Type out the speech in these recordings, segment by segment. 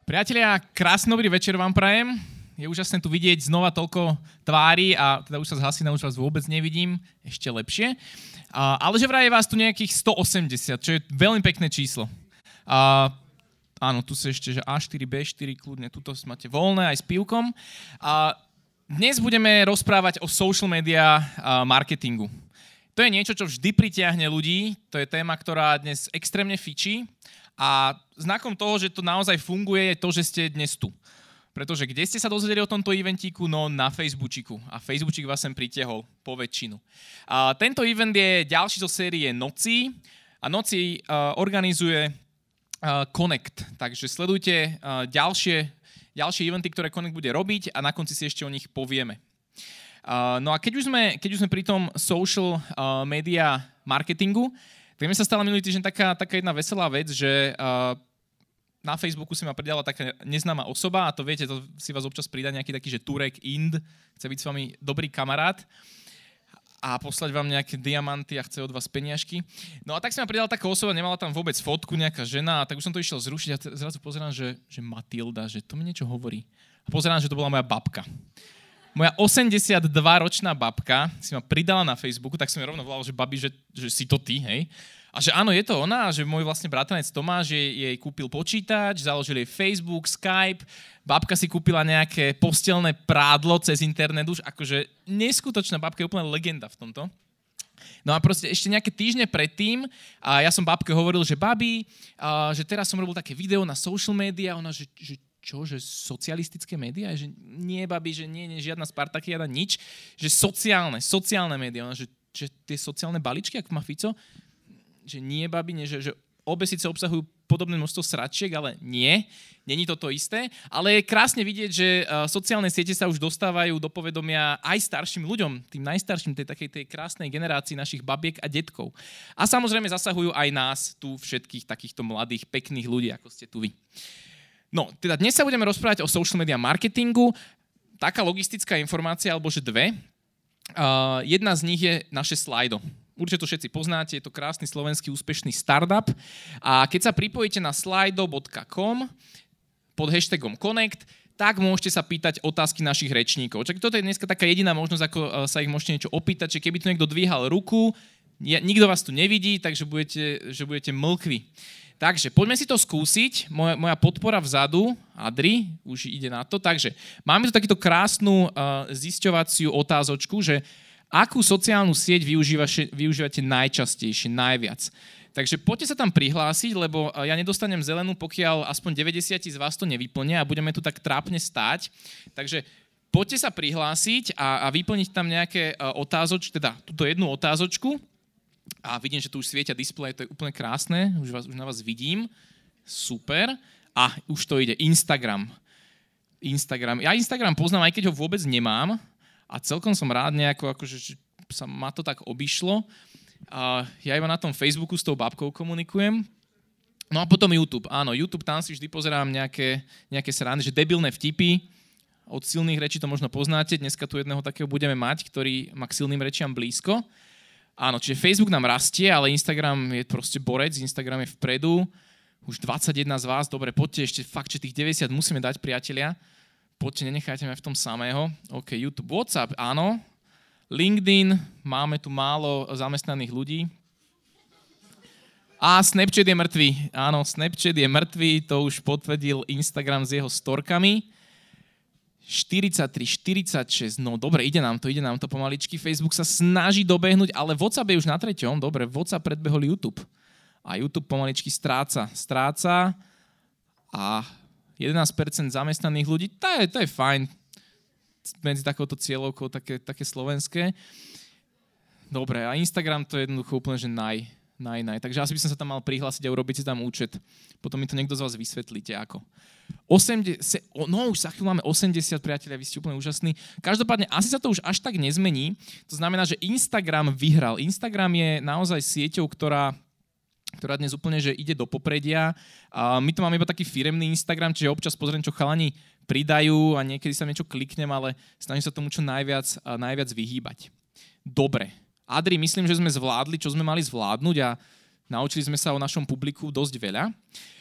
Priatelia, krásny dobrý večer vám prajem. Je úžasné tu vidieť znova toľko tvári a teda už sa zhasí, už vás vôbec nevidím, ešte lepšie. Ale že vraj je vás tu nejakých 180, čo je veľmi pekné číslo. Áno, tu sa ešte, že A4, B4, kľudne, tuto máte voľné aj s pivkom. Dnes budeme rozprávať o social media marketingu. To je niečo, čo vždy pritiahne ľudí, to je téma, ktorá dnes extrémne fičí. A znakom toho, že to naozaj funguje, je to, že ste dnes tu. Pretože kde ste sa dozvedeli o tomto eventíku? No na Facebooku. A Facebookík vás sem pritiahol po väčšinu. Tento event je ďalší zo série Noci. A Noci organizuje Connect. Takže sledujte ďalšie eventy, ktoré Connect bude robiť a na konci si ešte o nich povieme. No a keď už sme pri tom social media marketingu, tak mi sa stala minulý týždeň taká jedna veselá vec, že na Facebooku si ma pridala taká neznáma osoba a to viete, to si vás občas pridá nejaký taký, že Turek Ind, chce byť s vami dobrý kamarát a poslať vám nejaké diamanty a chce od vás peniažky. No a tak si ma pridala taká osoba, nemala tam vôbec fotku, nejaká žena, a tak už som to išiel zrušiť a zrazu pozerám, že Matilda, že to mi niečo hovorí. A pozerám, že to bola moja babka. Moja 82-ročná babka si ma pridala na Facebooku, tak som mi rovno volal, že babi, že si to ty, hej. A že áno, je to ona, a že môj vlastne bratranec Tomáš jej kúpil počítač, založil jej Facebook, Skype, babka si kúpila nejaké postelné prádlo cez internet, už akože neskutočná babka, je úplne legenda v tomto. No a proste ešte nejaké týždne predtým a ja som babke hovoril, že babi, že teraz som robil také video na social media, ona, že čo, že socialistické médiá? Že nie, babi, že nie, žiadna Spartakiada, nič. Že sociálne médiá. Že tie sociálne balíčky, ako má Fico, že nie, babi, nie, že obe síce obsahujú podobné množstvo sračiek, ale nie, není to isté. Ale je krásne vidieť, že sociálne siete sa už dostávajú do povedomia aj starším ľuďom, tým najstarším, tej krásnej generácii našich babiek a detkov. A samozrejme zasahujú aj nás, tu všetkých takýchto mladých, pekných ľudí, ako ste tu vy. No, teda dnes sa budeme rozprávať o social media marketingu. Taká logistická informácia, alebo že dve. Jedna z nich je naše Slido. Určite to všetci poznáte, je to krásny slovenský úspešný startup. A keď sa pripojíte na slido.com pod hashtagom Connect, tak môžete sa pýtať otázky našich rečníkov. Čak toto je dneska taká jediná možnosť, ako sa ich môžete niečo opýtať, že keby tu niekto dvíhal ruku, nikto vás tu nevidí, takže budete mlkví. Takže poďme si to skúsiť. Moja podpora vzadu, Adri, už ide na to. Takže máme tu takýto krásnu zisťovaciu otázočku, že akú sociálnu sieť využívate najčastejšie, najviac. Takže poďte sa tam prihlásiť, lebo ja nedostanem zelenú, pokiaľ aspoň 90 z vás to nevyplnia a budeme tu tak trápne stáť. Takže poďte sa prihlásiť a vyplniť tam nejaké otázočky, teda túto jednu otázočku. A vidím, že tu už svietia displeje, to je úplne krásne, už na vás vidím, super. A už to ide, Instagram. Ja Instagram poznám, aj keď ho vôbec nemám a celkom som rád nejako, akože sa ma to tak obišlo. Ja iba na tom Facebooku s tou babkou komunikujem. No a potom YouTube, áno, YouTube, tam si vždy pozerám nejaké srandy, že debilné vtipy, od silných rečí to možno poznáte, dneska tu jedného takého budeme mať, ktorý má k silným rečiam blízko. Áno, čiže Facebook nám rastie, ale Instagram je proste borec, Instagram je vpredu. Už 21 z vás, dobre, poďte ešte fakt, že tých 90 musíme dať, priatelia. Poďte, nenechajte ma v tom samého. OK, YouTube, WhatsApp, áno. LinkedIn, máme tu málo zamestnaných ľudí. A Snapchat je mŕtvý. Áno, Snapchat je mŕtvý, to už potvrdil Instagram s jeho storkami. 43, 46, no dobre, ide nám to pomaličky. Facebook sa snaží dobehnúť, ale WhatsApp je už na 3. Dobre, WhatsApp predbehol YouTube. A YouTube pomaličky stráca a 11% zamestnaných ľudí, to je fajn. Medzi takouto cieľovkou, také slovenské. Dobre, a Instagram to je jednoducho úplne, že naj. Takže asi by som sa tam mal prihlásiť a urobiť si tam účet. Potom mi to niekto z vás vysvetlíte, ako. Už za chvíľu máme 80, priatelia, vy ste úplne úžasní. Každopádne, asi sa to už až tak nezmení. To znamená, že Instagram vyhral. Instagram je naozaj sieťou, ktorá dnes úplne, že ide do popredia. My to máme iba taký firemný Instagram, čiže občas pozriem, čo chalani pridajú a niekedy sa niečo kliknem, ale snažím sa tomu čo najviac vyhýbať. Dobre. Adri, myslím, že sme zvládli, čo sme mali zvládnuť a naučili sme sa o našom publiku dosť veľa.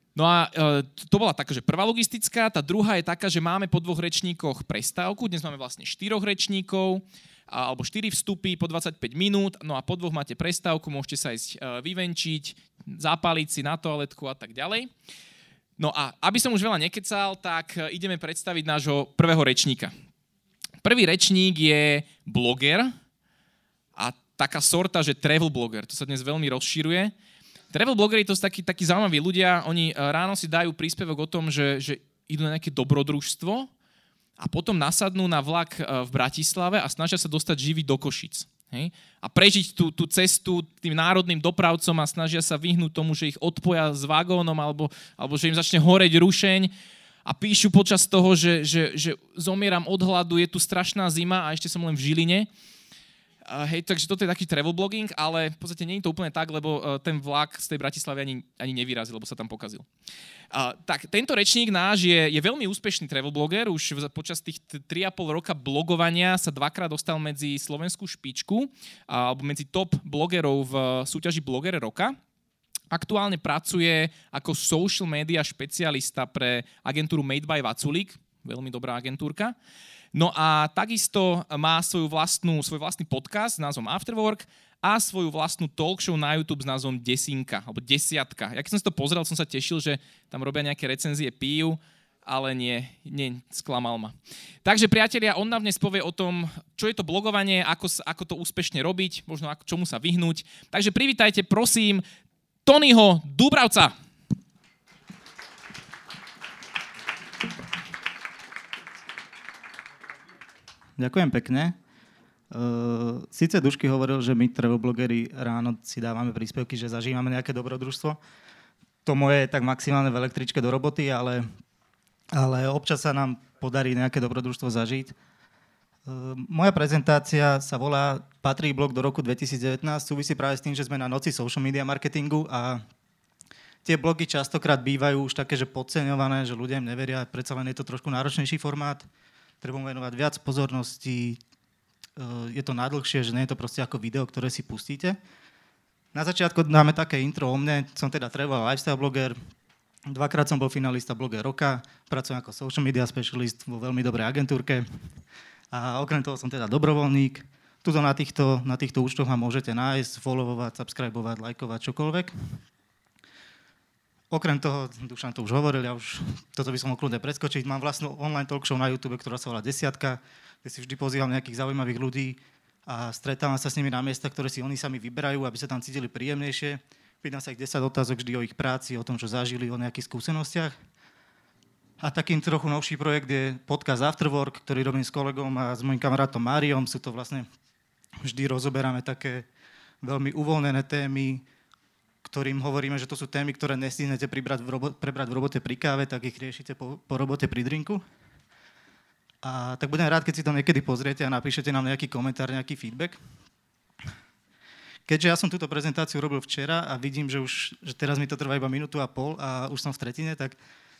No a to bola taká, že prvá logistická, tá druhá je taká, že máme po 2 rečníkoch prestávku, dnes máme vlastne 4 rečníkov, alebo 4 vstupy po 25 minút, no a po 2 máte prestávku, môžete sa ísť vyvenčiť, zapáliť si na toaletku a tak ďalej. No a aby som už veľa nekecal, tak ideme predstaviť nášho prvého rečníka. Prvý rečník je bloger a taká sorta, že travel blogger, to sa dnes veľmi rozširuje. Travel blogeri to sú takí zaujímaví ľudia, oni ráno si dajú príspevok o tom, že idú na nejaké dobrodružstvo a potom nasadnú na vlak v Bratislave a snažia sa dostať živí do Košic. Hej? A prežiť tú cestu tým národným dopravcom a snažia sa vyhnúť tomu, že ich odpoja s vagónom alebo že im začne horeť rušeň a píšu počas toho, že zomieram od hladu, je tu strašná zima a ešte som len v Žiline. Hej, takže toto je taký travel blogging, ale v podstate nie je to úplne tak, lebo ten vlak z tej Bratislavy ani nevyrazil, lebo sa tam pokazil. Tak tento rečník náš je veľmi úspešný travel blogger, už počas tých 3,5 roka blogovania sa 2-krát dostal medzi slovenskú špičku, alebo medzi top blogerov v súťaži Bloger roka. Aktuálne pracuje ako social media špecialista pre agentúru Made by Vaculík, veľmi dobrá agentúrka. No a takisto má svoj vlastný podcast s názvom Afterwork a svoju vlastnú talk show na YouTube s názvom Desinka, alebo Desiatka. Ja keď som si to pozrel, som sa tešil, že tam robia nejaké recenzie pív, ale nie, sklamal ma. Takže priatelia, on nám dnes povie o tom, čo je to blogovanie, ako to úspešne robiť, možno čomu sa vyhnúť. Takže privítajte, prosím, Tonyho Dúbravca. Ďakujem pekne. Sice Dušky hovoril, že my travel blogeri ráno si dávame príspevky, že zažívame nejaké dobrodružstvo. To moje je tak maximálne v električke do roboty, ale občas sa nám podarí nejaké dobrodružstvo zažiť. Moja prezentácia sa volá Patrí blog do roku 2019. Súvisí práve s tým, že sme na noci social media marketingu a tie blogy častokrát bývajú už také, že podceňované, že ľudia im neveria, predsa len je to trošku náročnejší formát. Treba mu venovať viac pozornosti, je to najdlhšie, že nie je to proste ako video, ktoré si pustíte. Na začiatku dáme také intro o mne, som teda travel a lifestyle blogger, 2-krát som bol finalista Bloger roka, pracujem ako social media specialist vo veľmi dobrej agentúrke a okrem toho som teda dobrovoľník. Tuto na týchto účtoch ma môžete nájsť, followovať, subscribovať, lajkovať, čokoľvek. Okrem toho, Dušan to už hovoril, toto by som mohol kľudne preskočiť, mám vlastnú online talk show na YouTube, ktorá sa volá Desiatka, kde si vždy pozývam nejakých zaujímavých ľudí a stretávam sa s nimi na miesta, ktoré si oni sami vyberajú, aby sa tam cítili príjemnejšie. Pýtam sa ich 10 otázok vždy o ich práci, o tom, čo zažili, o nejakých skúsenostiach. A takým trochu novší projekt je podcast Afterwork, ktorý robím s kolegom a s mojím kamarátom Máriom. Sú to vlastne, vždy rozoberáme také veľmi uvoľnené témy, ktorým hovoríme, že to sú témy, ktoré nestihnete prebrať v robote pri káve, tak ich riešite po robote pri drinku. A tak budem rád, keď si to niekedy pozriete a napíšete nám nejaký komentár, nejaký feedback. Keďže ja som túto prezentáciu robil včera a vidím, že teraz mi to trvá iba 1,5 minúty a už som v tretine, tak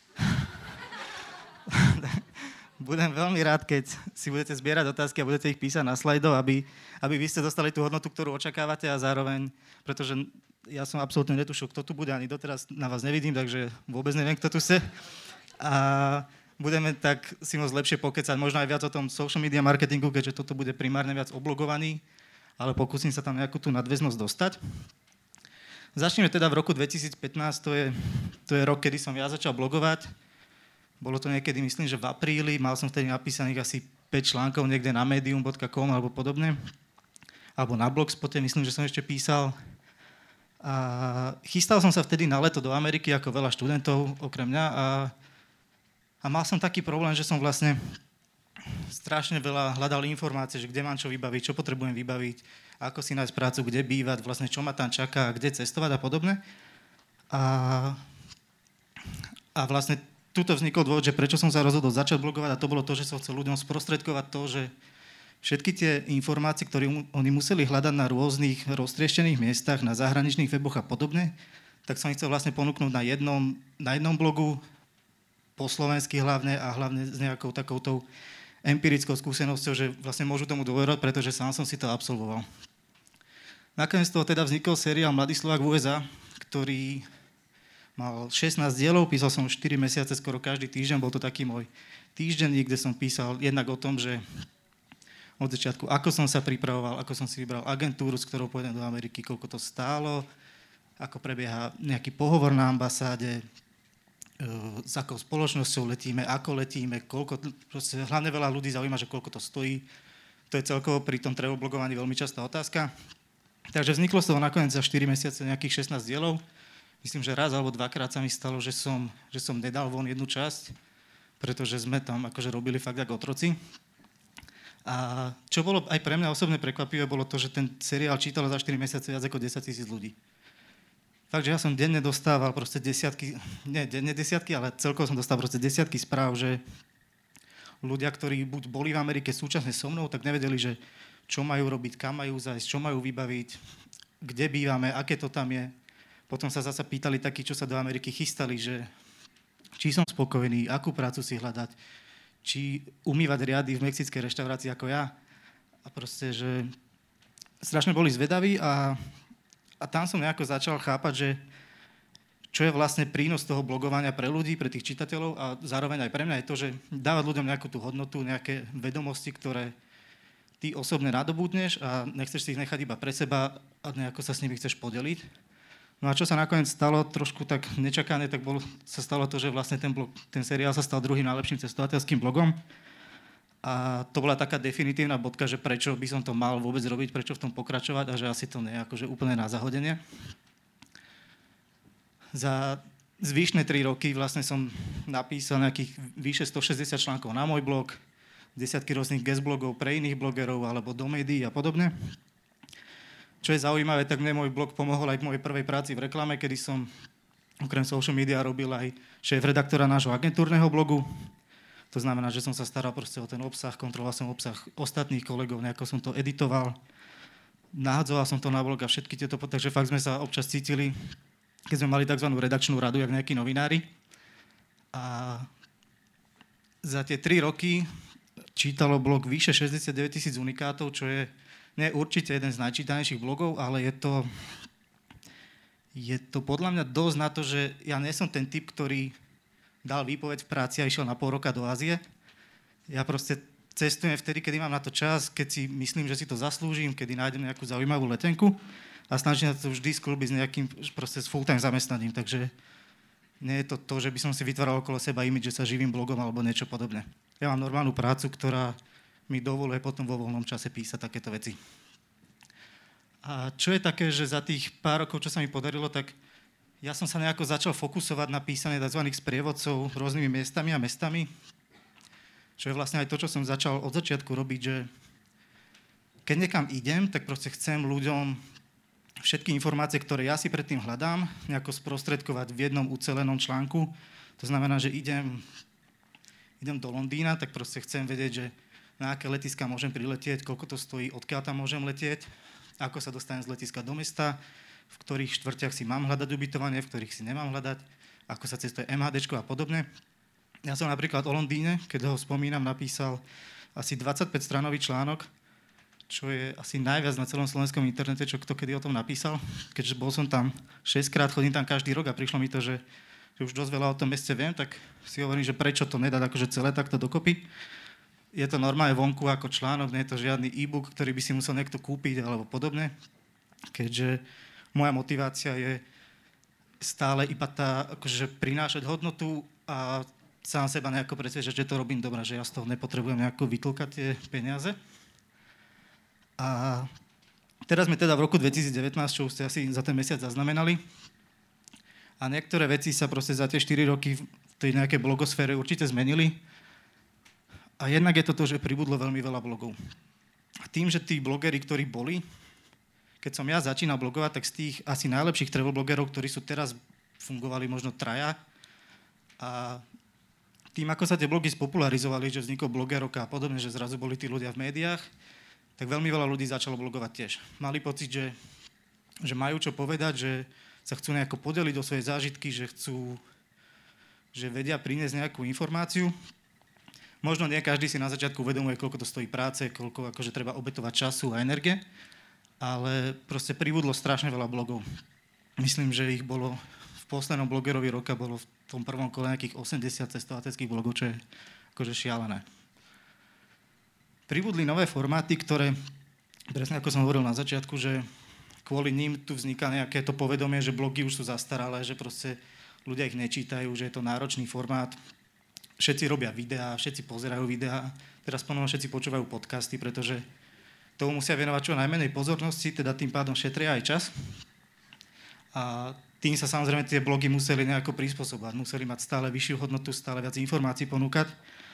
budem veľmi rád, keď si budete zbierať otázky a budete ich písať na slajdov, aby vy ste dostali tú hodnotu, ktorú očakávate a zároveň, pretože ja som absolútne netušil, kto tu bude, ani doteraz na vás nevidím, takže vôbec neviem, kto tu ste. A budeme tak si môcť lepšie pokecať, možno aj viac o tom social media marketingu, keďže toto bude primárne viac oblogovaný, ale pokúsim sa tam nejakú tú nadväznosť dostať. Začneme teda v roku 2015, to je rok, kedy som ja začal blogovať. Bolo to niekedy, myslím, že v apríli, mal som vtedy napísaných asi 5 článkov niekde na medium.com alebo podobne. Alebo na Blogspote, myslím, že som ešte písal. A chystal som sa vtedy na leto do Ameriky, ako veľa študentov okrem mňa. A mal som taký problém, že som vlastne strašne veľa hľadal informácie, že kde mám čo vybaviť, čo potrebujem vybaviť, ako si nájsť prácu, kde bývať, vlastne čo ma tam čaká, kde cestovať a podobne. A vlastne tuto vznikol dôvod, že prečo som sa rozhodol začať blogovať, a to bolo to, že som chcel ľuďom sprostredkovať to, že všetky tie informácie, ktoré oni museli hľadať na rôznych roztrieštených miestach, na zahraničných weboch a podobne, tak som ich chcel vlastne ponúknuť na jednom blogu, po slovensky hlavne a hlavne s nejakou takoutou empirickou skúsenosťou, že vlastne môžu tomu dôverovať, pretože sám som si to absolvoval. Nakoniec z toho teda vznikol seriál Mladý Slovák v USA, ktorý Mal 16 dielov, písal som 4 mesiace, skoro každý týždeň, bol to taký môj týždenník, kde som písal jednak o tom, že od začiatku, ako som sa pripravoval, ako som si vybral agentúru, s ktorou pôjdem do Ameriky, koľko to stálo, ako prebieha nejaký pohovor na ambasáde, s akou spoločnosťou letíme, ako letíme, koľko, proste hlavne veľa ľudí zaujíma, že koľko to stojí. To je celkovo pri tom travel blogovaní veľmi častá otázka. Takže vzniklo z toho nakoniec za 4 mesiace nejakých 16 dielov. Myslím, že raz alebo dvakrát sa mi stalo, že som nedal von jednu časť, pretože sme tam akože robili fakt ako otroci. A čo bolo aj pre mňa osobne prekvapivé, bolo to, že ten seriál čítalo za 4 mesiace viac ako 10 000 ľudí. Fakt, že ja som denne dostával proste desiatky, ale celkovo som dostal proste desiatky správ, že ľudia, ktorí buď boli v Amerike súčasne so mnou, tak nevedeli, že čo majú robiť, kam majú zájsť, čo majú vybaviť, kde bývame, aké to tam je. Potom sa zasa pýtali takí, čo sa do Ameriky chystali, že či som spokojný, akú prácu si hľadať, či umývať riady v mexickej reštaurácii ako ja. A proste, že strašne boli zvedaví a tam som nejako začal chápať, že čo je vlastne prínos toho blogovania pre ľudí, pre tých čitateľov a zároveň aj pre mňa je to, že dávať ľuďom nejakú tú hodnotu, nejaké vedomosti, ktoré ty osobne nadobudneš a nechceš si ich nechať iba pre seba a nejako sa s nimi chceš podeliť. No a čo sa nakoniec stalo trošku tak nečakané, tak sa stalo to, že vlastne ten seriál sa stal druhým najlepším cestovateľským blogom. A to bola taká definitívna bodka, že prečo by som to mal vôbec robiť, prečo v tom pokračovať a že asi to nie je akože úplne na zahodenie. Za zvyšné 3 roky vlastne som napísal nejakých vyše 160 článkov na môj blog, desiatky rôznych guest blogov pre iných blogerov alebo do médií a podobne. Čo je zaujímavé, tak mne môj blog pomohol aj k mojej prvej práci v reklame, kedy som okrem social media robil aj šéf-redaktora nášho agentúrneho blogu. To znamená, že som sa staral proste o ten obsah, kontroloval som obsah ostatných kolegov, nejako som to editoval, nahadzoval som to na blog a všetky tieto, takže fakt sme sa občas cítili, keď sme mali tzv. Redakčnú radu, jak nejakí novinári. A za tie 3 roky čítalo blog vyše 69 000 unikátov, čo je nie určite jeden z najčítanejších blogov, ale je to podľa mňa dosť na to, že ja nie som ten typ, ktorý dal výpoveď v práci a išiel na pol roka do Ázie. Ja proste cestujem vtedy, kedy mám na to čas, keď si myslím, že si to zaslúžim, kedy nájdem nejakú zaujímavú letenku a snažím sa to vždy sklúbiť s nejakým proste s full-time zamestnaním. Takže nie je to to, že by som si vytváral okolo seba imidž, že sa živím blogom alebo niečo podobné. Ja mám normálnu prácu, ktorá mi dovoluje potom vo voľnom čase písať takéto veci. A čo je také, že za tých pár rokov, čo sa mi podarilo, tak ja som sa nejako začal fokusovať na písanie tzv. Sprievodcov rôznymi miestami a mestami, čo je vlastne aj to, čo som začal od začiatku robiť, že keď niekam idem, tak proste chcem ľuďom všetky informácie, ktoré ja si predtým hľadám, nejako sprostredkovať v jednom ucelenom článku. To znamená, že idem do Londýna, tak proste chcem vedieť, že na aké letiská môžem priletieť, koľko to stojí, odkiaľ tam môžem letieť, ako sa dostanem z letiska do mesta, v ktorých štvrťach si mám hľadať ubytovanie, v ktorých si nemám hľadať, ako sa cestuje MHDčko a podobne. Ja som napríklad o Londýne, keď ho spomínam, napísal asi 25-stranový článok, čo je asi najviac na celom slovenskom internete, čo kto kedy o tom napísal. Keďže bol som tam 6-krát, chodím tam každý rok a prišlo mi to, že už dosť veľa o tom meste viem, tak si hovorím, že prečo to nedať akože celé takto dokopy. Je to normálne vonku ako článok, nie je to žiadny e-book, ktorý by si musel niekto kúpiť alebo podobne, keďže moja motivácia je stále iba tá, akože prinášať hodnotu a sám seba nejako presvedčať, že to robím dobre, že ja z toho nepotrebujem nejako vytlkať tie peniaze. A teraz sme teda v roku 2019, čo už ste asi za ten mesiac zaznamenali. A niektoré veci sa proste za tie 4 roky v tej nejakej blogosfére určite zmenili. A jednak je to to, že pribudlo veľmi veľa blogov. A tým, že tí blogeri, ktorí boli, keď som ja začínal blogovať, tak z tých asi najlepších travel blogerov, ktorí sú teraz fungovali možno 3. A tým, ako sa tie blogy spopularizovali, že vznikol blogeroka a podobne, že zrazu boli tí ľudia v médiách, tak veľmi veľa ľudí začalo blogovať tiež. Mali pocit, že majú čo povedať, že sa chcú nejako podeliť o svoje zážitky, že vedia priniesť nejakú informáciu. Možno nie každý si na začiatku uvedomuje, koľko to stojí práce, koľko akože treba obetovať času a energie, ale proste pribudlo strašne veľa blogov. Myslím, že ich bolo v poslednom blogerovi roka bolo v tom prvom kole nejakých 80 cestovateľských blogov, čo je akože šialené. Pribudli nové formáty, ktoré, presne ako som hovoril na začiatku, že kvôli ním tu vzniká nejaké to povedomie, že blogy už sú zastaralé, že proste ľudia ich nečítajú, že je to náročný formát. Všetci robia videá, všetci pozerajú videá, teraz ponovno všetci počúvajú podcasty, pretože tomu musia venovať čo najmenej pozornosti, teda tým pádom šetria aj čas. A tým sa samozrejme tie blogy museli nejako prispôsobať, museli mať stále vyššiu hodnotu, stále viac informácií ponúkať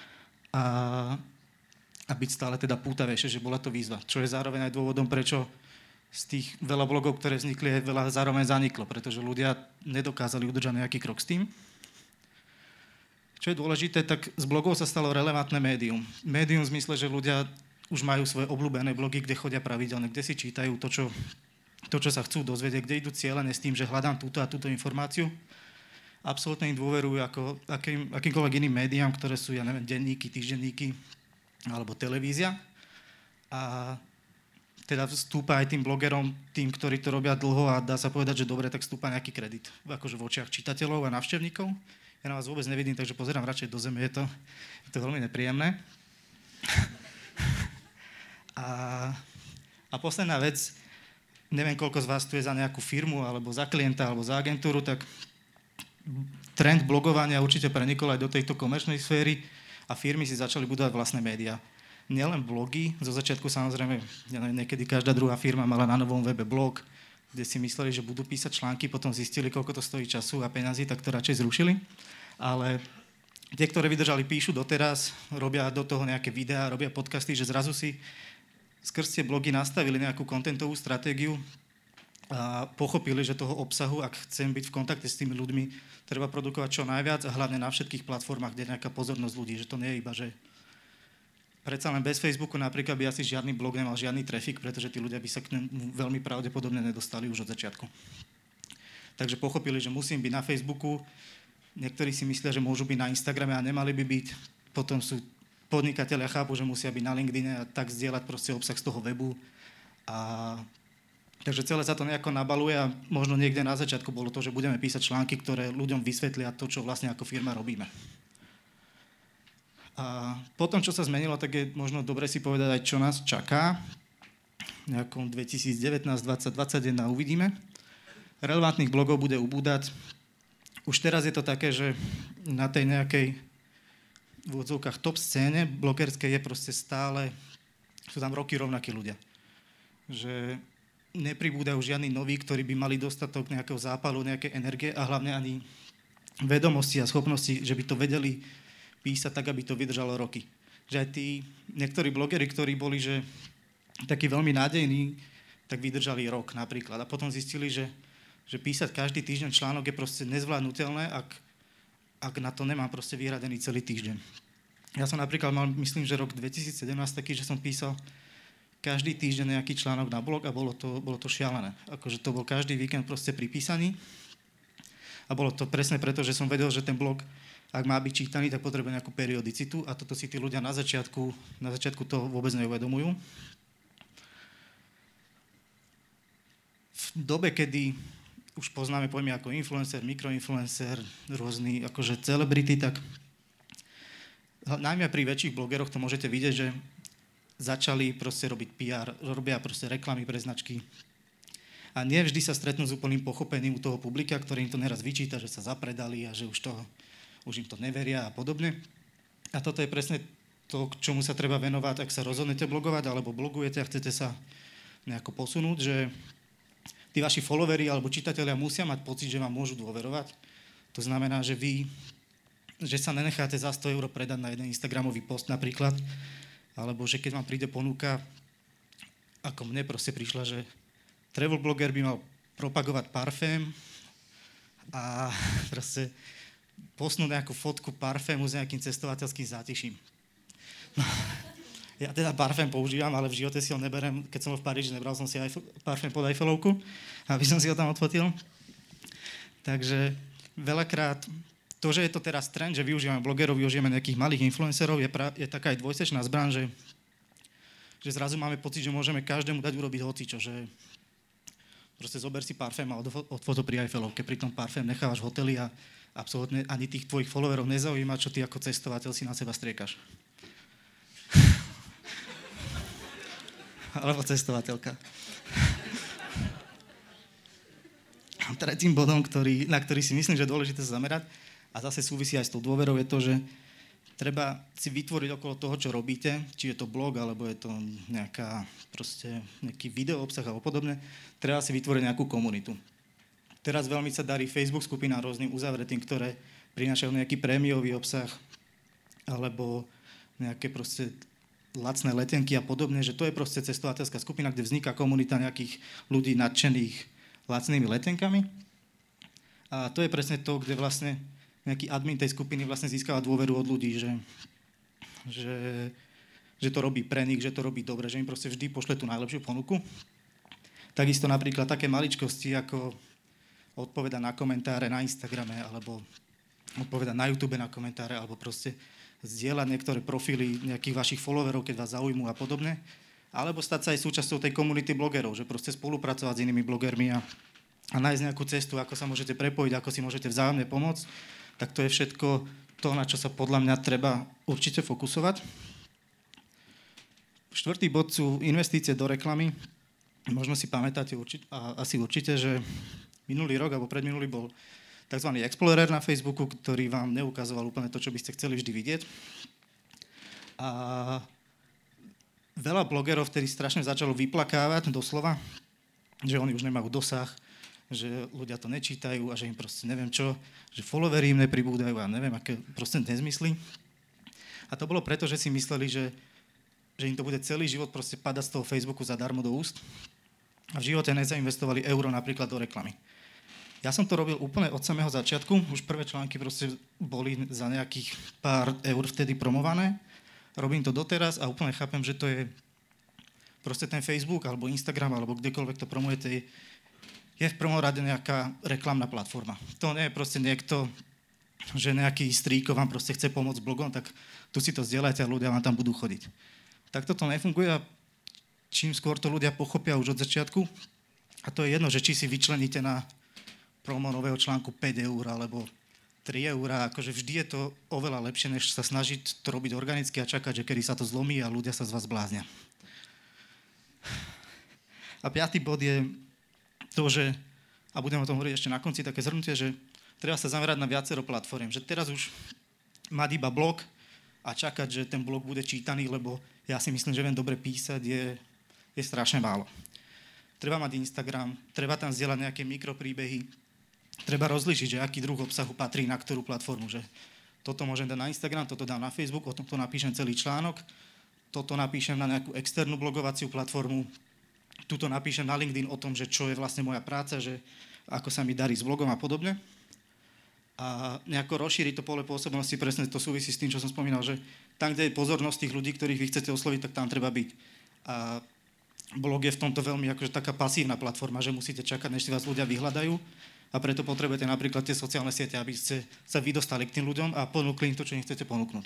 a byť stále teda pútavejšie, že bola to výzva. Čo je zároveň aj dôvodom, prečo z tých veľa blogov, ktoré vznikli, aj veľa zároveň zaniklo, pretože ľudia nedokázali udržať nejaký krok s tým. Čo je dôležité, tak z blogov sa stalo relevantné médium. Médium v zmysle, že ľudia už majú svoje obľúbené blogy, kde chodia pravidelne, kde si čítajú to, čo sa chcú dozvedieť, kde idú cieľene s tým, že hľadám túto a túto informáciu. Absolútne im dôverujú ako akýmkoľvek iným médiám, ktoré sú, ja neviem, denníky, týždenníky alebo televízia. A teda vstúpa aj tým blogerom, tým, ktorí to robia dlho a dá sa povedať, že dobre, tak vstúpa nejaký kredit akože v očiach čitateľov a návštevníkov. Ja na vás vôbec nevidím, takže pozerám radšej do zeme, je to veľmi nepríjemné. A posledná vec, neviem, koľko z vás tu je za nejakú firmu, alebo za klienta, alebo za agentúru, tak trend blogovania určite prenikol aj do tejto komerčnej sféry a firmy si začali budovať vlastné médiá. Nielen blogy, zo začiatku samozrejme, ja neviem, niekedy každá druhá firma mala na novom webe blog, kde si mysleli, že budú písať články, potom zistili, koľko to stojí času a peňazí, tak to radšej zrušili. Ale tie, ktoré vydržali, píšu doteraz, robia do toho nejaké videá, robia podcasty, že zrazu si skrz tie blogy nastavili nejakú kontentovú stratégiu a pochopili, že toho obsahu, ak chcem byť v kontakte s tými ľuďmi, treba produkovať čo najviac a hlavne na všetkých platformách, kde je nejaká pozornosť ľudí, že to nie je iba, že predsa len bez Facebooku napríklad by asi žiadny blog nemal žiadny trafik, pretože tí ľudia by sa k nemu veľmi pravdepodobne nedostali už od začiatku. Takže pochopili, že musím byť na Facebooku, niektorí si myslia, že môžu byť na Instagrame a nemali by byť, potom sú podnikatelia chápu, že musia byť na LinkedIne a tak zdieľať proste obsah z toho webu. Takže celé sa to nejako nabaluje a možno niekde na začiatku bolo to, že budeme písať články, ktoré ľuďom vysvetlia to, čo vlastne ako firma robíme. A potom, čo sa zmenilo, tak je možno dobre si povedať aj, čo nás čaká. V nejakom 2019, 2021 uvidíme. Relevantných blogov bude ubúdať. Už teraz je to také, že na tej nejakej v odzvukách top scéne blogerskej je proste stále, sú tam roky rovnakí ľudia. Že nepribúdajú žiadni noví, ktorí by mali dostatok nejakého zápalu, nejakej energie a hlavne ani vedomosti a schopnosti, že by to vedeli písať tak, aby to vydržalo roky. Že aj tí niektorí blogeri, ktorí boli že takí veľmi nádejní, tak vydržali rok napríklad. A potom zistili, že písať každý týždeň článok je proste nezvládnutelné, ak na to nemám proste vyhradený celý týždeň. Ja som napríklad mal, myslím, že rok 2017 taký, že som písal každý týždeň nejaký článok na blog a bolo to šialené. Akože to bol každý víkend proste pripísaný. A bolo to presne preto, že som vedel, že ten blog, ak má byť čítaný, tak potrebuje nejakú periodicitu a toto si tí ľudia na začiatku to vôbec neuvedomujú. V dobe, kedy už poznáme pojmy ako influencer, mikroinfluencer, rôzny akože celebrity, tak najmä pri väčších blogeroch to môžete vidieť, že začali proste robiť PR, robia proste reklamy pre značky. A nie vždy sa stretnú s úplným pochopením u toho publika, ktorý im to neraz vyčíta, že sa zapredali a že už im to neveria a podobne. A toto je presne to, k čomu sa treba venovať, ak sa rozhodnete blogovať, alebo blogujete a chcete sa nejako posunúť, že tí vaši followeri alebo čitatelia musia mať pocit, že vám môžu dôverovať. To znamená, že že sa nenecháte za 100 € predať na jeden Instagramový post napríklad, alebo že keď vám príde ponuka, ako mne proste prišla, že travel blogger by mal propagovať parfém a proste postnúť nejakú fotku parfému s nejakým cestovateľským zátiším. No, ja teda parfém používam, ale v živote si ho neberem. Keď som bol v Paríži, nebral som si parfém pod Eiffelovku, aby som si ho tam odfotil. Takže veľakrát to, že je to teraz trend, že využívame blogerov, využívame nejakých malých influencerov, je taká aj dvojsečná zbraň, že zrazu máme pocit, že môžeme každému dať urobiť hocičo, že Proste zober si parfém a odfoto pri Eiffelovke. Pri tom parfém nechávaš v hoteli a absolútne ani tých tvojich followerov nezaujíma, čo ty ako cestovateľ si na seba striekaš. Alebo cestovateľka. Tretím bodom, na ktorý si myslím, že je dôležité sa zamerať, a zase súvisí aj s tou dôverou, je to, že treba si vytvoriť okolo toho, čo robíte, či je to blog, alebo je to nejaký video obsah alebo podobne, treba si vytvoriť nejakú komunitu. Teraz veľmi sa darí Facebook skupina rôznym uzavretým, ktoré prinášajú nejaký prémiový obsah, alebo nejaké proste lacné letenky a podobne, že to je proste cestovateľská skupina, kde vzniká komunita nejakých ľudí nadšených lacnými letenkami. A to je presne to, kde vlastne nejaký admin tej skupiny vlastne získava dôveru od ľudí, že to robí pre nich, že to robí dobre, že im proste vždy pošle tú najlepšiu ponuku. Takisto napríklad také maličkosti, ako odpovedať na komentáre na Instagrame, alebo odpovedať na YouTube na komentáre, alebo proste zdieľať niektoré profily nejakých vašich followerov, keď vás zaujímu a podobne. Alebo stať sa aj súčasťou tej komunity blogerov, že proste spolupracovať s inými blogermi a nájsť nejakú cestu, ako sa môžete prepojiť, ako si môžete vzájomne pomôcť. Tak to je všetko to, na čo sa podľa mňa treba určite fokusovať. Štvrtý bod sú investície do reklamy. Možno si pamätáte asi určite, že minulý rok alebo predminulý bol tzv. Explorer na Facebooku, ktorý vám neukazoval úplne to, čo by ste chceli vždy vidieť. A veľa blogerov vtedy strašne začalo vyplakávať doslova, že oni už nemajú dosah, že ľudia to nečítajú a že im proste neviem čo, že followery im nepribúdajú a neviem aké proste nezmysly. A to bolo preto, že si mysleli, že im to bude celý život proste padať z toho Facebooku zadarmo do úst a v živote nezainvestovali euro napríklad do reklamy. Ja som to robil úplne od samého začiatku, už prvé články proste boli za nejakých pár eur vtedy promované. Robím to doteraz a úplne chápem, že to je proste ten Facebook alebo Instagram alebo kdekoľvek to promujete, je v prvom rade nejaká reklamná platforma. To nie je proste niekto, že nejaký strýko vám proste chce pomôcť blogom, tak tu si to zdieľajte a ľudia vám tam budú chodiť. Takto to nefunguje a čím skôr to ľudia pochopia už od začiatku, a to je jedno, že či si vyčleníte na promo nového článku 5 eur alebo 3 eur, akože vždy je to oveľa lepšie, než sa snažiť to robiť organicky a čakať, že kedy sa to zlomí a ľudia sa z vás bláznia. A 5. bod je to, že, a budem o tom hovoriť ešte na konci, také zhrnutie, že treba sa zamerať na viacero platform, že teraz už mať iba blog a čakať, že ten blog bude čítaný, lebo ja si myslím, že viem dobre písať, je strašne málo. Treba mať Instagram, treba tam zdieľať nejaké mikropríbehy, treba rozlíšiť, že aký druh obsahu patrí na ktorú platformu, že toto môžem dať na Instagram, toto dám na Facebook, o tomto napíšem celý článok, toto napíšem na nejakú externú blogovaciu platformu, tuto napíšem na LinkedIn o tom, že čo je vlastne moja práca, že ako sa mi darí s blogom a podobne. A nejako rozšíriť to pole pôsobnosti, presne to súvisí s tým, čo som spomínal, že tam, kde je pozornosť tých ľudí, ktorých vy chcete osloviť, tak tam treba byť. A blog je v tomto veľmi akože taká pasívna platforma, že musíte čakať, než si vás ľudia vyhľadajú a preto potrebujete napríklad tie sociálne siete, aby ste sa vydostali k tým ľuďom a ponúkli im to, čo im chcete ponúknuť.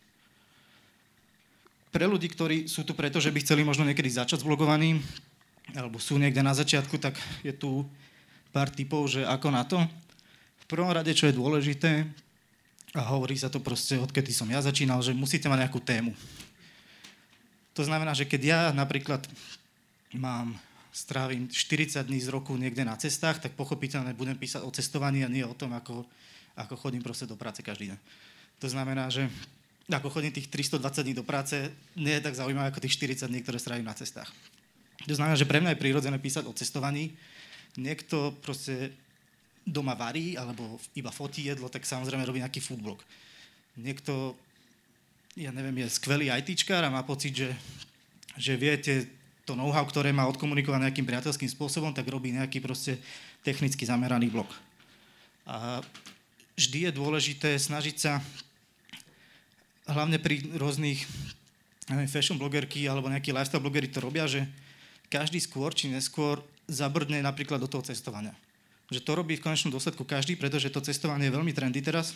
Pre ľudí, ktorí sú tu preto, že by chceli možno niekedy začať s blogovaním, alebo sú niekde na začiatku, tak je tu pár tipov, že ako na to. V prvom rade, čo je dôležité, a hovorí sa to proste, odkedy som ja začínal, že musíte mať nejakú tému. To znamená, že keď ja napríklad strávim 40 dní z roku niekde na cestách, tak pochopiteľne budem písať o cestovaní a nie o tom, ako chodím proste do práce každý deň. To znamená, že ako chodím tých 320 dní do práce, nie je tak zaujímavé ako tých 40 dní, ktoré strávim na cestách. To znamená, že pre mňa je prirodzené písať o cestovaní. Niekto proste doma varí, alebo iba fotí jedlo, tak samozrejme robí nejaký foodblog. Niekto, ja neviem, je skvelý ITčkár a má pocit, že viete to know-how, ktoré má odkomunikovať nejakým priateľským spôsobom, tak robí nejaký proste technicky zameraný blog. A vždy je dôležité snažiť sa, hlavne pri rôznych fashion blogerky alebo nejakí lifestyle blogery to robia, že každý skôr či neskôr zabrdne napríklad do toho cestovania. Že to robí v konečnom dôsledku každý, pretože to cestovanie je veľmi trendy teraz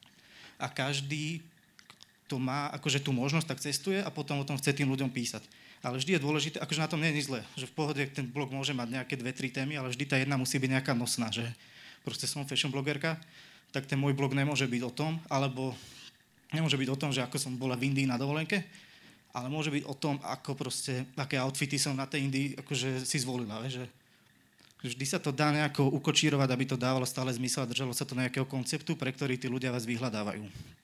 a každý to má akože tú možnosť, tak cestuje a potom o tom chce tým ľuďom písať. Ale vždy je dôležité, akože na tom nie je nič zlé, že v pohode ten blog môže mať nejaké 2-3 témy, ale vždy tá jedna musí byť nejaká nosná, že proste som fashion blogerka, tak ten môj blog nemôže byť o tom, alebo nemôže byť o tom, že ako som bola v Indii na dovolenke, ale môže byť o tom, ako proste, aké outfity som na tej Indii akože si zvolila, že vždy sa to dá nejako ukočírovať, aby to dávalo stále zmysel a držalo sa to nejakého konceptu, pre ktorý tí ľudia vás vyhľadávajú.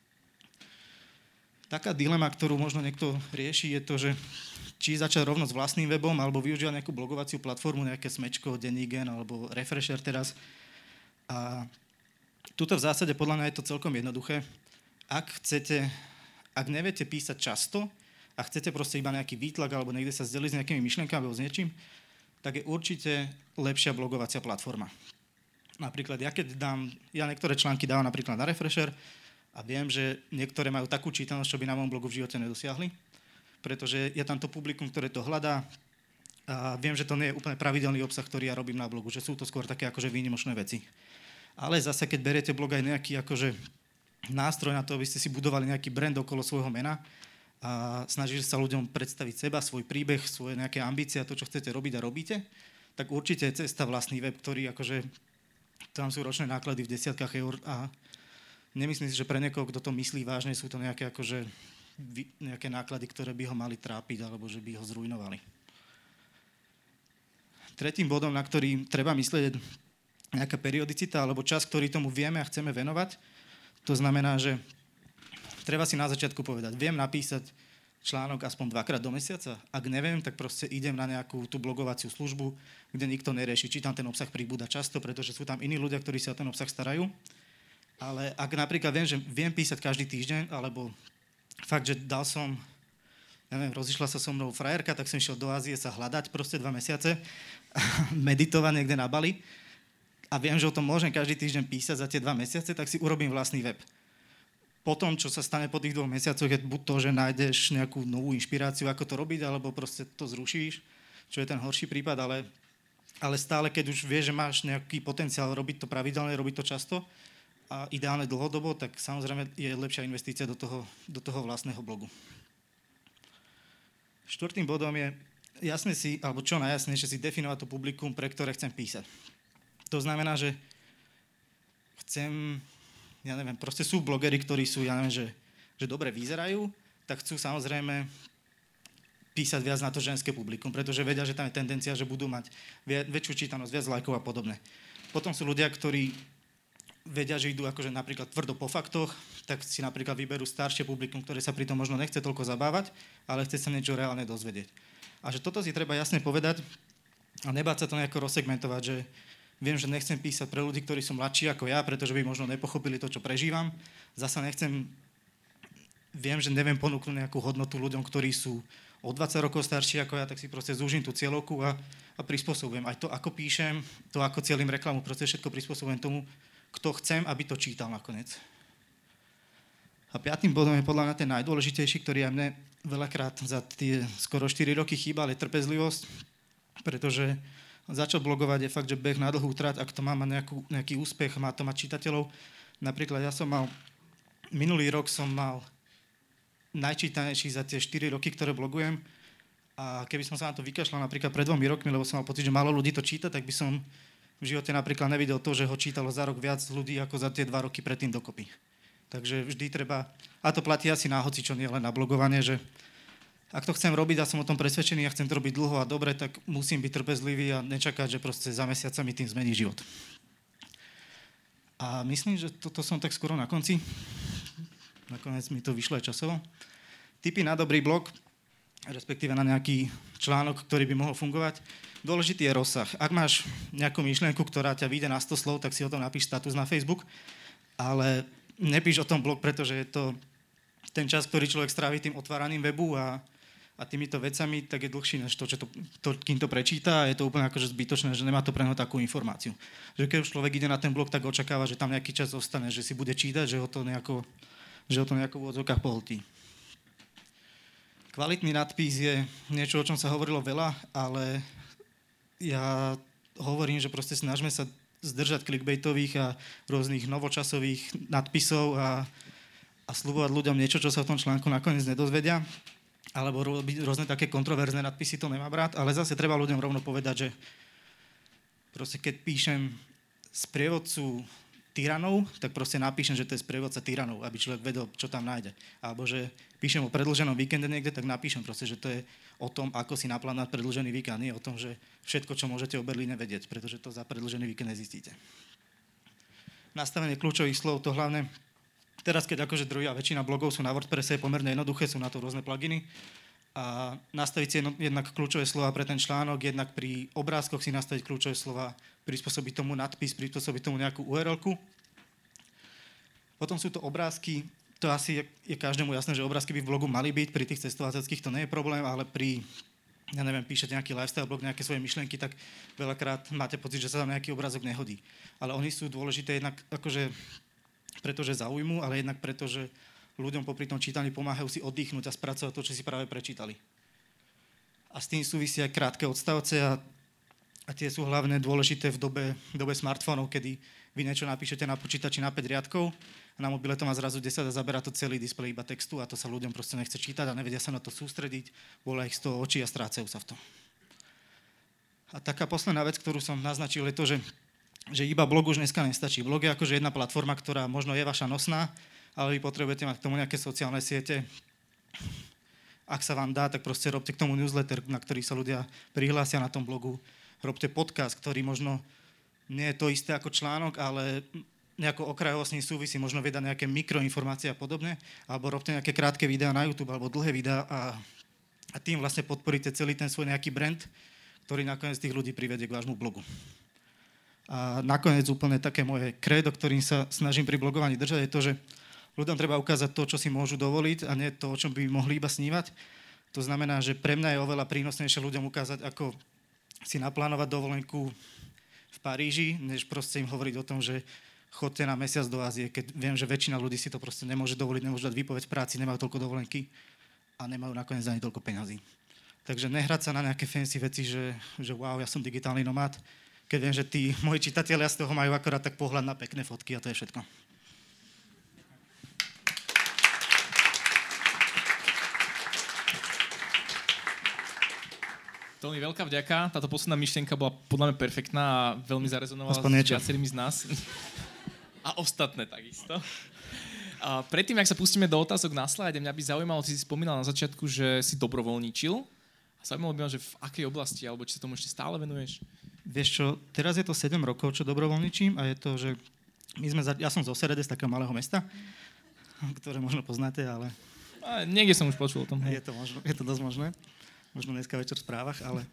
Taká dilema, ktorú možno niekto rieši, je to, že či začať rovno s vlastným webom, alebo využívať nejakú blogovaciu platformu, nejaké Smečko, Dennígen alebo Refresher teraz. A tuto v zásade podľa mňa je to celkom jednoduché. Ak neviete písať často a chcete proste iba nejaký výtlak alebo niekde sa zdeliť s nejakými myšlienkami alebo s niečím, tak je určite lepšia blogovacia platforma. Napríklad ja niektoré články dávam napríklad na Refresher a viem, že niektoré majú takú čítanosť, čo by na mojom blogu v živote nedosiahli, pretože je tam to publikum, ktoré to hľadá a viem, že to nie je úplne pravidelný obsah, ktorý ja robím na blogu, že sú to skôr také akože výnimočné veci. Ale zase, keď beriete blog aj nejaký akože nástroj na to, aby ste si budovali nejaký brand okolo svojho mena a snažíte sa ľuďom predstaviť seba, svoj príbeh, svoje nejaké ambície a to, čo chcete robiť a robíte, tak určite je cesta vlastný web, ktorý akože, tam sú ročné náklady v desiatkách eur a nemyslím si, že pre niekoho, kto to myslí vážne, sú to nejaké akože nejaké náklady, ktoré by ho mali trápiť alebo že by ho zrujnovali. Tretím bodom, na ktorý treba myslieť, je nejaká periodicita alebo čas, ktorý tomu vieme a chceme venovať. To znamená, že treba si na začiatku povedať, viem napísať článok aspoň 2-krát do mesiaca. Ak neviem, tak proste idem na nejakú tú blogovaciu službu, kde nikto nerieši, či tam ten obsah pribúda často, pretože sú tam iní ľudia, ktorí sa o ten obsah starajú. Ale ak napríklad viem, že viem písať každý týždeň, alebo fakt, že rozišla sa so mnou frajerka, tak som išiel do Ázie sa hľadať proste 2 mesiace, meditovať niekde na Bali a viem, že o tom môžem každý týždeň písať za tie 2 mesiace, tak si urobím vlastný web. Potom, čo sa stane po tých 2 mesiacoch, je buď to, že nájdeš nejakú novú inšpiráciu, ako to robiť, alebo proste to zrušíš, čo je ten horší prípad, ale stále, keď už vieš, že máš nejaký potenciál robiť to pravidelne, robiť to často a ideálne dlhodobo, tak samozrejme je lepšia investícia do toho vlastného blogu. Štvrtým bodom je čo najjasnejšie si definovať to publikum, pre ktoré chcem písať. To znamená, že proste sú blogery, ktorí sú, že dobre vyzerajú, tak chcú samozrejme písať viac na to ženské publikum, pretože vedia, že tam je tendencia, že budú mať väčšiu čítanosť, viac lajkov a podobne. Potom sú ľudia, ktorí vedia, že idú akože napríklad tvrdo po faktoch, tak si napríklad vyberú staršie publikum, ktoré sa pri tom možno nechce toľko zabávať, ale chce sa niečo reálne dozvedieť. A že toto si treba jasne povedať a nebáť sa to nejako rozsegmentovať, že viem, že nechcem písať pre ľudí, ktorí sú mladší ako ja, pretože by možno nepochopili to, čo prežívam. Viem, že neviem ponúknuť nejakú hodnotu ľuďom, ktorí sú o 20 rokov starší ako ja, tak si proste zúžim tú cieľovku a prispôsobujem. Aj to, ako píšem, to, ako cielím reklamu, proste všetko prispôsobujem tomu, kto chcem, aby to čítal nakoniec. A 5. bodom je podľa mňa ten najdôležitejší, ktorý aj mne veľakrát za tie skoro 4 roky chýbal, je trpezlivosť, pretože začal blogovať je fakt, že beh na dlhú trať, ak to má nejaký úspech, má to mať čitateľov. Napríklad minulý rok som mal najčítanejší za tie 4 roky, ktoré blogujem a keby som sa na to vykašľal napríklad pred 2 rokmi, lebo som mal pocit, že málo ľudí to číta, tak by som v živote napríklad nevidel to, že ho čítalo za rok viac ľudí ako za tie 2 roky predtým dokopy. Takže vždy treba, a to platí asi na hocičo, nie len na blogovanie, že ak to chcem robiť a som o tom presvedčený a chcem to robiť dlho a dobre, tak musím byť trpezlivý a nečakať, že proste za mesiac sa mi tým zmení život. A myslím, že toto som tak skoro na konci. Nakoniec mi to vyšlo aj časovo. Tipy na dobrý blog, respektíve na nejaký článok, ktorý by mohol fungovať. Dôležitý je rozsah. Ak máš nejakú myšlienku, ktorá ťa vyjde na 100 slov, tak si o tom napíš status na Facebook, ale nepíš o tom blog, pretože je to ten čas, ktorý človek strávi tým otváraním webu a týmito vecami, tak je dlhší než to, kým to prečíta a je to úplne akože zbytočné, že nemá to pre neho takú informáciu. Že keď už človek ide na ten blog, tak očakáva, že tam nejaký čas zostane, že si bude čítať, že ho to nejako v odzvukách pohltí. Kvalitný nadpis je niečo, o čom sa hovorilo veľa, ale ja hovorím, že proste snažme sa zdržať clickbaitových a rôznych novočasových nadpisov a sľubovať ľuďom niečo, čo sa v tom článku nakoniec nedozvedia. alebo robiť rôzne také kontroverzné nadpisy, to nemám rád, ale zase treba ľuďom rovno povedať, že proste keď píšem sprievodcu tyranov, tak proste napíšem, že to je sprievodca tyranov, aby človek vedel, čo tam nájde. Alebo že píšem o predĺženom víkende niekde, tak napíšem proste, že to je o tom, ako si naplánovať predĺžený víkend, nie o tom, že všetko, čo môžete o Berlíne vedieť, pretože to za predĺžený víkend nezistíte. Nastavenie kľúčových slov, to hlavne. Teraz, keď akože druhá väčšina blogov sú na WordPresse, je pomerne jednoduché, sú na to rôzne pluginy. A nastaviť si jednak kľúčové slova pre ten článok, jednak pri obrázkoch si nastaviť kľúčové slova, prispôsobiť tomu nadpis, prispôsobiť tomu nejakú URL-ku. Potom sú to obrázky, to asi je každému jasné, že obrázky by v blogu mali byť, pri tých cestovateľských to nie je problém, ale pri, ja neviem, píšete nejaký lifestyle blog, nejaké svoje myšlienky, tak veľakrát máte pocit, že sa tam nejaký obrázok nehodí. Ale oni sú dôležité jednak akože pretože zaujmú, ale jednak preto, že ľuďom popri tom čítaní pomáhajú si oddychnúť a spracovať to, čo si práve prečítali. A s tým súvisí aj krátke odstavce a tie sú hlavne dôležité v dobe smartfónov, kedy vy niečo napíšete na počítači na 5 riadkov a na mobile to má zrazu 10 a zaberá to celý displej iba textu a to sa ľuďom proste nechce čítať a nevedia sa na to sústrediť, bola ich z toho očí a strácajú sa v tom. A taká posledná vec, ktorú som naznačil, je to, že iba blog už dneska nestačí. Blog je akože jedna platforma, ktorá možno je vaša nosná, ale vy potrebujete mať k tomu nejaké sociálne siete. Ak sa vám dá, tak proste robte k tomu newsletter, na ktorý sa ľudia prihlásia na tom blogu. Robte podcast, ktorý možno nie je to isté ako článok, ale nejako okrajovo s ním súvisí, možno vydať nejaké mikroinformácie a podobne, alebo robte nejaké krátke videá na YouTube, alebo dlhé videá a tým vlastne podporíte celý ten svoj nejaký brand, ktorý nakoniec tých ľudí privedie k vášmu blogu. A nakoniec úplne také moje kredo, ktorým sa snažím pri blogovaní držať, je to, že ľuďom treba ukázať to, čo si môžu dovoliť a nie to, o čom by mohli iba snívať. To znamená, že pre mňa je oveľa prínosnejšie ľuďom ukázať, ako si naplánovať dovolenku v Paríži, než proste im hovoriť o tom, že chodte na mesiac do Ázie, keď viem, že väčšina ľudí si to proste nemôže dovoliť, nemôže dať výpoveď v práci, nemajú toľko dovolenky a nemajú nakoniec ani toľko peňazí. Takže nehrať sa na nejaké fancy veci, že wow, ja som digitálny nomád, keď viem, že tí moji čitatelia z toho majú akorát tak pohľad na pekné fotky a to je všetko. Tony, veľká vďaka. Táto posledná myšlienka bola podľa mňa perfektná a veľmi zarezonovala s viacerými z nás. A ostatné takisto. A predtým, ak sa pustíme do otázok na slajde, mňa by zaujímalo, ty si spomínal na začiatku, že si dobrovoľníčil. A zaujímalo by ma, že v akej oblasti, alebo či sa tomu ešte stále venuješ? Vieš čo, teraz je to 7 rokov, čo dobrovoľničím a je to, že ja som zo Serede, z takého malého mesta, ktoré možno poznáte, ale... Niekde som už počul o tom. Je to dosť možné. Možno dneska večer v správach, ale...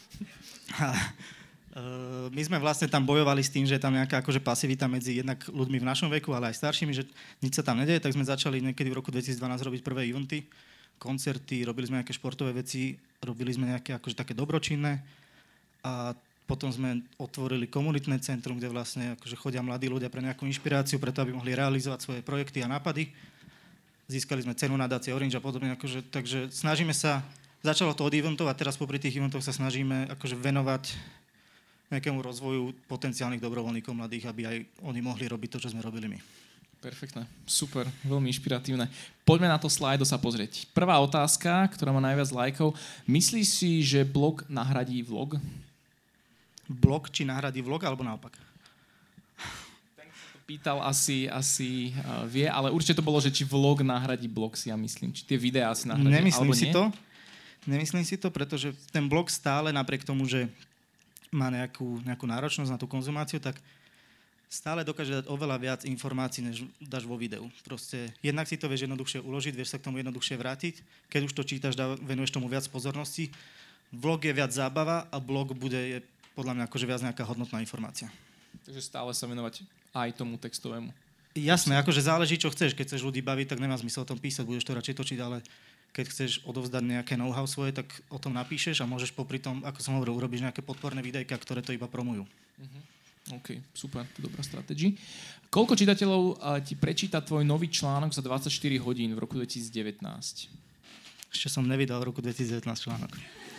My sme vlastne tam bojovali s tým, že je tam nejaká akože pasivita medzi jednak ľuďmi v našom veku, ale aj staršími, že nič sa tam nedeje, tak sme začali niekedy v roku 2012 robiť prvé eventy, koncerty, robili sme nejaké športové veci, robili sme nejaké akože také dobročinné a potom sme otvorili komunitné centrum, kde vlastne akože chodia mladí ľudia pre nejakú inšpiráciu, preto aby mohli realizovať svoje projekty a nápady. Získali sme cenu nadácie Orange a podobne, akože, takže snažíme sa, začalo to od eventov a teraz popri tých eventoch sa snažíme akože venovať nejakému rozvoju potenciálnych dobrovoľníkov mladých, aby aj oni mohli robiť to, čo sme robili my. Perfektné, super, veľmi inšpiratívne. Poďme na to slajdo sa pozrieť. Prvá otázka, ktorá má najviac lajkov. Myslíš si, že blog nahradí vlog? Blog či nahradí vlog, alebo naopak? Ten, kto to pýtal, asi vie, ale určite to bolo, že či vlog nahradí blog, si ja myslím. Či tie videá asi nahradí, alebo nie? Nemyslím si to, pretože ten blog stále napriek tomu, že má nejakú náročnosť na tú konzumáciu, tak stále dokáže dať oveľa viac informácií, než dáš vo videu. Proste jednak si to vieš jednoduchšie uložiť, vieš sa k tomu jednoduchšie vrátiť. Keď už to čítaš, venuješ tomu viac pozornosti. Vlog je viac zábava a blog je podľa mňa akože viac nejaká hodnotná informácia. Takže stále sa venovať aj tomu textovému. Jasné, akože záleží, čo chceš. Keď chceš ľudí baviť, tak nemá zmysel o tom písať, budeš to radšej točiť, ale keď chceš odovzdať nejaké know-how svoje, tak o tom napíšeš a môžeš popri tom, ako som hovoril, urobíš nejaké podporné videjka, ktoré to iba promujú. OK, super, to je dobrá stratégia. Koľko čitateľov ti prečíta tvoj nový článok za 24 hodín v roku 2019? Ešte som nevydal v roku 2019 článok.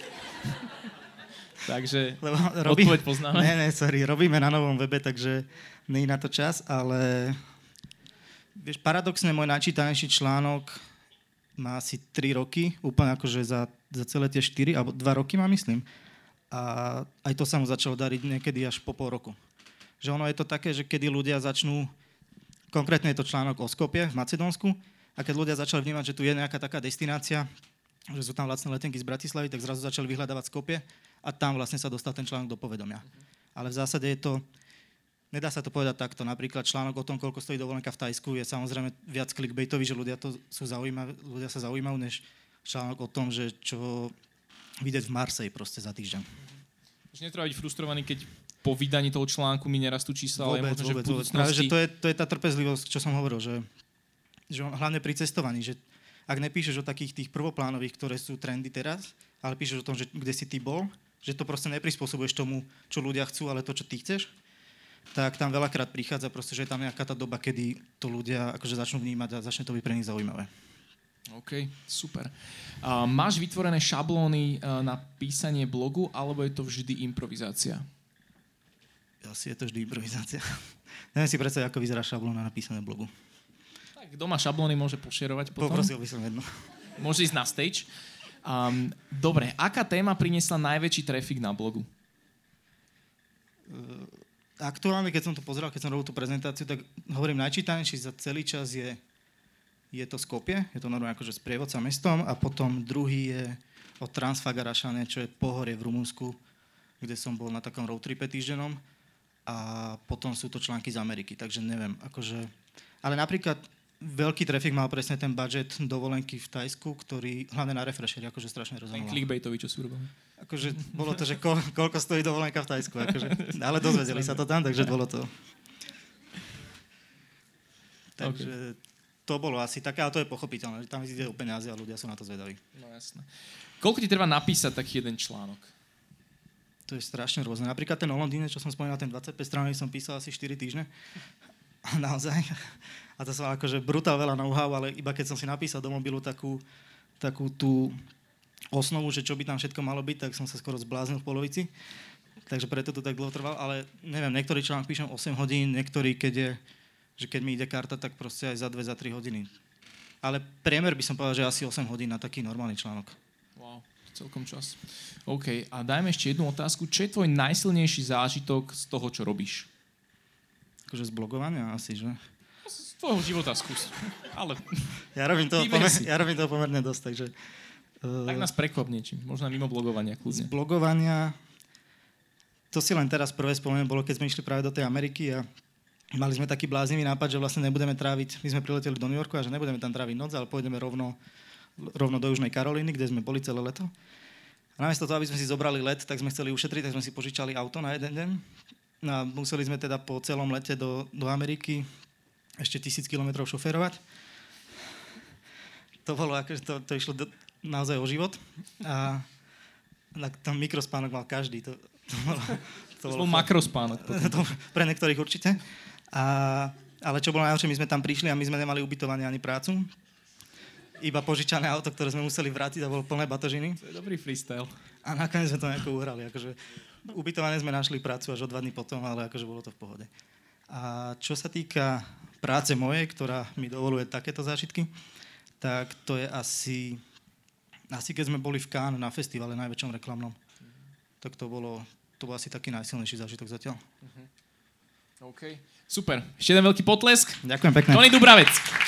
Takže odpoveď poznáme. Ne, sorry, robíme na novom webe, takže nie je na to čas, ale vieš, paradoxne môj najčítanejší článok má asi 3 roky, úplne akože za celé tie 4, alebo 2 roky má, myslím. A aj to sa mu začalo dariť niekedy až po pol roku. Že ono je to také, že kedy ľudia začnú, konkrétne je to článok o Skopje v Macedónsku, a keď ľudia začali vnímať, že tu je nejaká taká destinácia, že sú tam lacné letenky z Bratislavy, tak zrazu začali vyhľadávať Skopje a tam vlastne sa dostal ten článok do povedomia. Ale v zásade je to, nedá sa to povedať takto. Napríklad článok o tom, koľko stojí dovolenka v Thajsku, je samozrejme viac clickbaitový, že ľudia sa zaujímajú, než článok o tom, že čo vidieť v Marseille proste za týždeň. Už netreba byť frustrovaný, keď po vydaní toho článku mi nerastú čísla, ale možno, že v budúcnosti... Práve, že to je tá trpezlivosť, čo som hovoril, že hlavne pri cestovaní, že ak nepíšeš o takých tých prvoplánových, ktoré sú trendy teraz, ale píšeš o tom, že kde si ty bol, že to proste neprispôsobuješ tomu, čo ľudia chcú, ale to, čo ty chceš, tak tam veľakrát prichádza proste, že je tam nejaká tá doba, kedy to ľudia akože začnú vnímať a začne to byť pre nich zaujímavé. OK, super. Máš vytvorené šablóny na písanie blogu, alebo je to vždy improvizácia? Asi je to vždy improvizácia. Neviem si predstaviť, ako vyzerá šablóna na písané blogu. Tak kto má šablóny, môže pošerovať potom. Poprosil by som jedno. Môže ísť na stage. Dobre, aká téma priniesla najväčší trafik na blogu? Aktuálne, keď som to pozeral, keď som robil tú prezentáciu, tak hovorím, najčítanejší za celý čas je to Skopje, je to normálne akože sprievodca mestom, a potom druhý je o Transfagarašane, čo je pohorie v Rumunsku, kde som bol na takom roadtripe týždennom, a potom sú to články z Ameriky, takže neviem, akože... Ale napríklad veľký trafik mal presne ten budget dovolenky v Thajsku, ktorý hlavne na Refresheri akože strašne rezonoval. Ten clickbaitový, čo sú robili. Akože bolo to, že koľko stojí dovolenka v Thajsku, akože, ale dozvedeli sa to tam, takže bolo to. Takže to bolo asi také, ale to je pochopiteľné, že tam ide o peniaze a ľudia sú na to zvedaví. No jasné. Koľko ti treba napísať taký jeden článok? To je strašne rôzne. Napríklad ten o Londýne, čo som spomínal, ten 25 stránok, som písal asi 4 týždne. Naozaj. A to som akože brutál veľa know-how, ale iba keď som si napísal do mobilu takú tú osnovu, že čo by tam všetko malo byť, tak som sa skoro zbláznil v polovici. Takže preto to tak dlho trval, ale neviem, niektorý článok píšem 8 hodín, niektorý, keď mi ide karta, tak proste aj za 2-3 hodiny. Ale priemer by som povedal, že asi 8 hodín na taký normálny článok. Wow, celkom čas. OK, a dajme ešte jednu otázku. Čo je tvoj najsilnejší zážitok z toho, čo robíš? Akože z blogovania asi, že? Z tvojho života skús. Ale... Ja robím toho pomerne dosť, takže... Tak nás prekvap niečím. Možno mimo blogovania, kľudne. Z blogovania... To si len teraz prvé spomeniem, bolo, keď sme išli práve do tej Ameriky a mali sme taký bláznivý nápad, že vlastne nebudeme tráviť... My sme prileteli do New Yorku a že nebudeme tam tráviť noc, ale pôjdeme rovno do Južnej Karolíny, kde sme boli celé leto. A namiesto toho, aby sme si zobrali let, tak sme chceli ušetriť, tak sme si požičali auto na jeden deň. A museli sme teda po celom lete do Ameriky ešte 1000 kilometrov šoférovať. To bolo akože to išlo naozaj o život. A tam mikrospánok mal každý. To bol makrospánok. Pre niektorých určite. Ale čo bolo najhoršie, my sme tam prišli a my sme nemali ubytovanie ani prácu. Iba požičané auto, ktoré sme museli vrátiť a bolo plné batožiny. To je dobrý freestyle. A nakoniec sme to nejako uhrali. Akože ubytovanie sme našli prácu až o 2 dní potom, ale akože bolo to v pohode. A čo sa týka práce mojej, ktorá mi dovoluje takéto zážitky, tak to je asi keď sme boli v Cannes na festivale najväčšom reklamnom. Tak to bol asi taký najsilnejší zážitok zatiaľ. OK. Super. Ešte jeden veľký potlesk. Ďakujem pekne. Tony Dubravec.